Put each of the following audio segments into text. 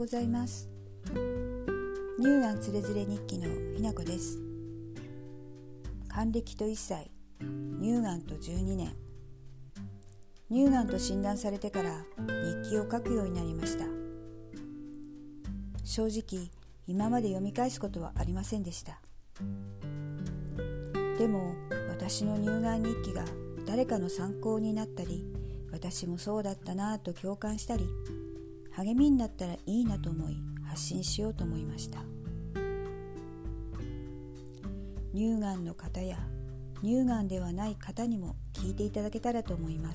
ございます。乳がんつれづれ日記のひなこです。還暦と1歳、乳がんと12年。乳がんと診断されてから日記を書くようになりました。正直今まで読み返すことはありませんでした。でも私の乳がん日記が誰かの参考になったり、私もそうだったなぁと共感したり、励みになったらいいなと思い発信しようと思いました。乳がんの方や乳がんではない方にも聞いていただけたらと思います。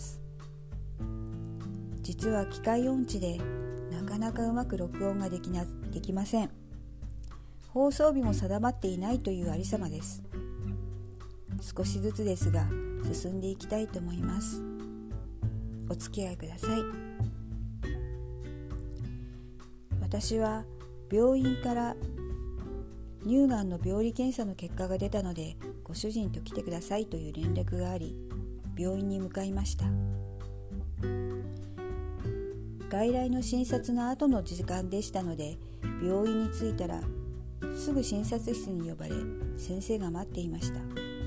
実は機械音痴でなかなかうまく録音ができません。放送日も定まっていないというありさまです。少しずつですが進んでいきたいと思います。お付き合いください。私は病院から乳がんの病理検査の結果が出たのでご主人と来てくださいという連絡があり、病院に向かいました。外来の診察の後の時間でしたので、病院に着いたらすぐ診察室に呼ばれ、先生が待っていました。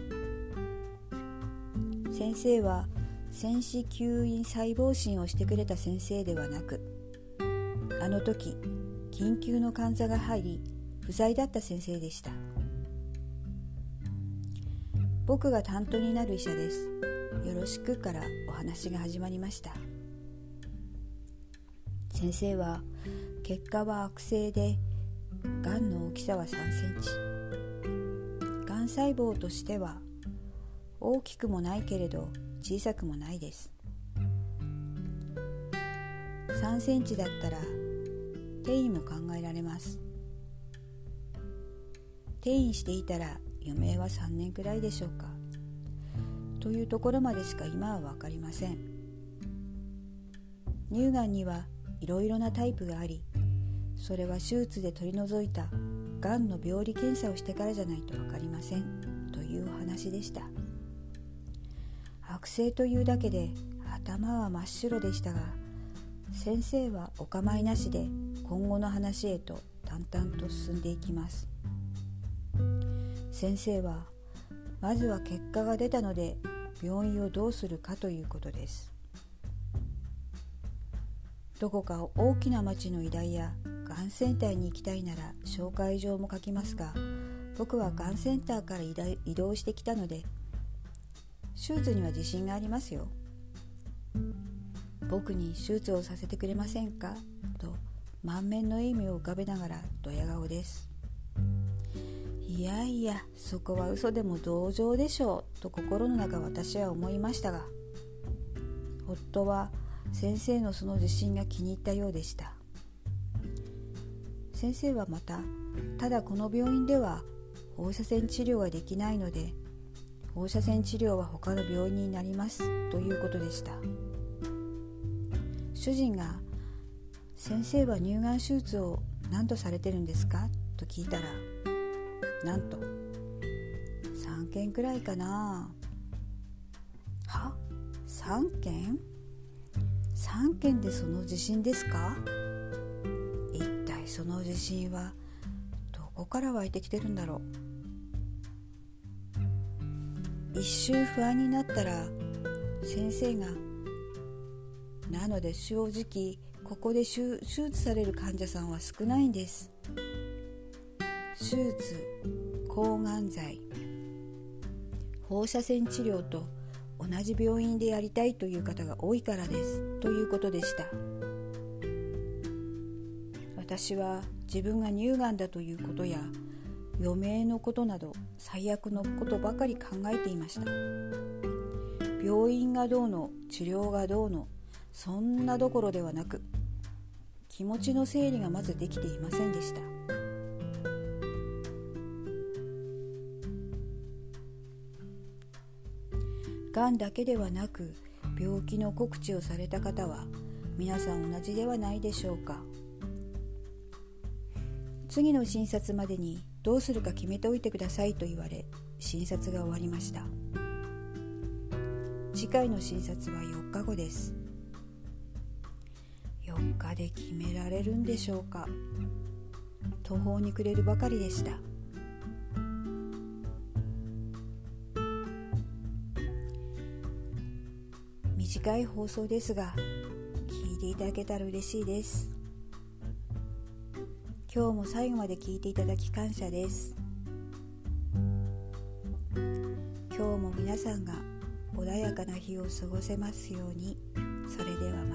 先生は先子吸引細胞診をしてくれた先生ではなく、あの時緊急の患者が入り不在だった先生でした。僕が担当になる医者です。よろしくからお話が始まりました。先生は結果は悪性で、がんの大きさは3センチ。がん細胞としては大きくもないけれど小さくもないです。3センチだったら転移も考えられます。転移していたら余命は3年くらいでしょうか、というところまでしか今は分かりません。乳がんにはいろいろなタイプがあり、それは手術で取り除いたがんの病理検査をしてからじゃないと分かりません、というお話でした。悪性というだけで頭は真っ白でしたが、先生はお構いなしで今後の話へと淡々と進んでいきます。先生はまずは結果が出たので病院をどうするかということです。どこか大きな町の医大やがんセンターに行きたいなら紹介状も書きますが、僕はがんセンターから移動してきたので手術には自信がありますよ。僕に手術をさせてくれませんかと満面の笑みを浮かべながらドヤ顔です。いやいや、そこは嘘でも同情でしょうと心の中私は思いましたが、夫は先生のその自信が気に入ったようでした。先生はまただこの病院では放射線治療ができないので、放射線治療は他の病院になりますということでした。主人が先生は乳がん手術を何度されてるんですかと聞いたら、なんと3件くらいかな。は？3件？3件でその自信ですか？一体その自信はどこから湧いてきてるんだろう。一瞬不安になったら先生が、なので正直ここで手術される患者さんは少ないんです。手術、抗がん剤、放射線治療と同じ病院でやりたいという方が多いからですということでした。私は自分が乳がんだということや余命のことなど最悪のことばかり考えていました。病院がどうの治療がどうのそんなどころではなく、気持ちの整理がまずできていませんでした。がんだけではなく病気の告知をされた方は皆さん同じではないでしょうか。次の診察までにどうするか決めておいてくださいと言われ、診察が終わりました。次回の診察は4日後です。4 かで決められるんでしょうか。途方に暮れるばかりでした。短い放送ですが聞いていただけたら嬉しいです。今日も最後まで聞いていただき感謝です。今日も皆さんが穏やかな日を過ごせますように。それではまた。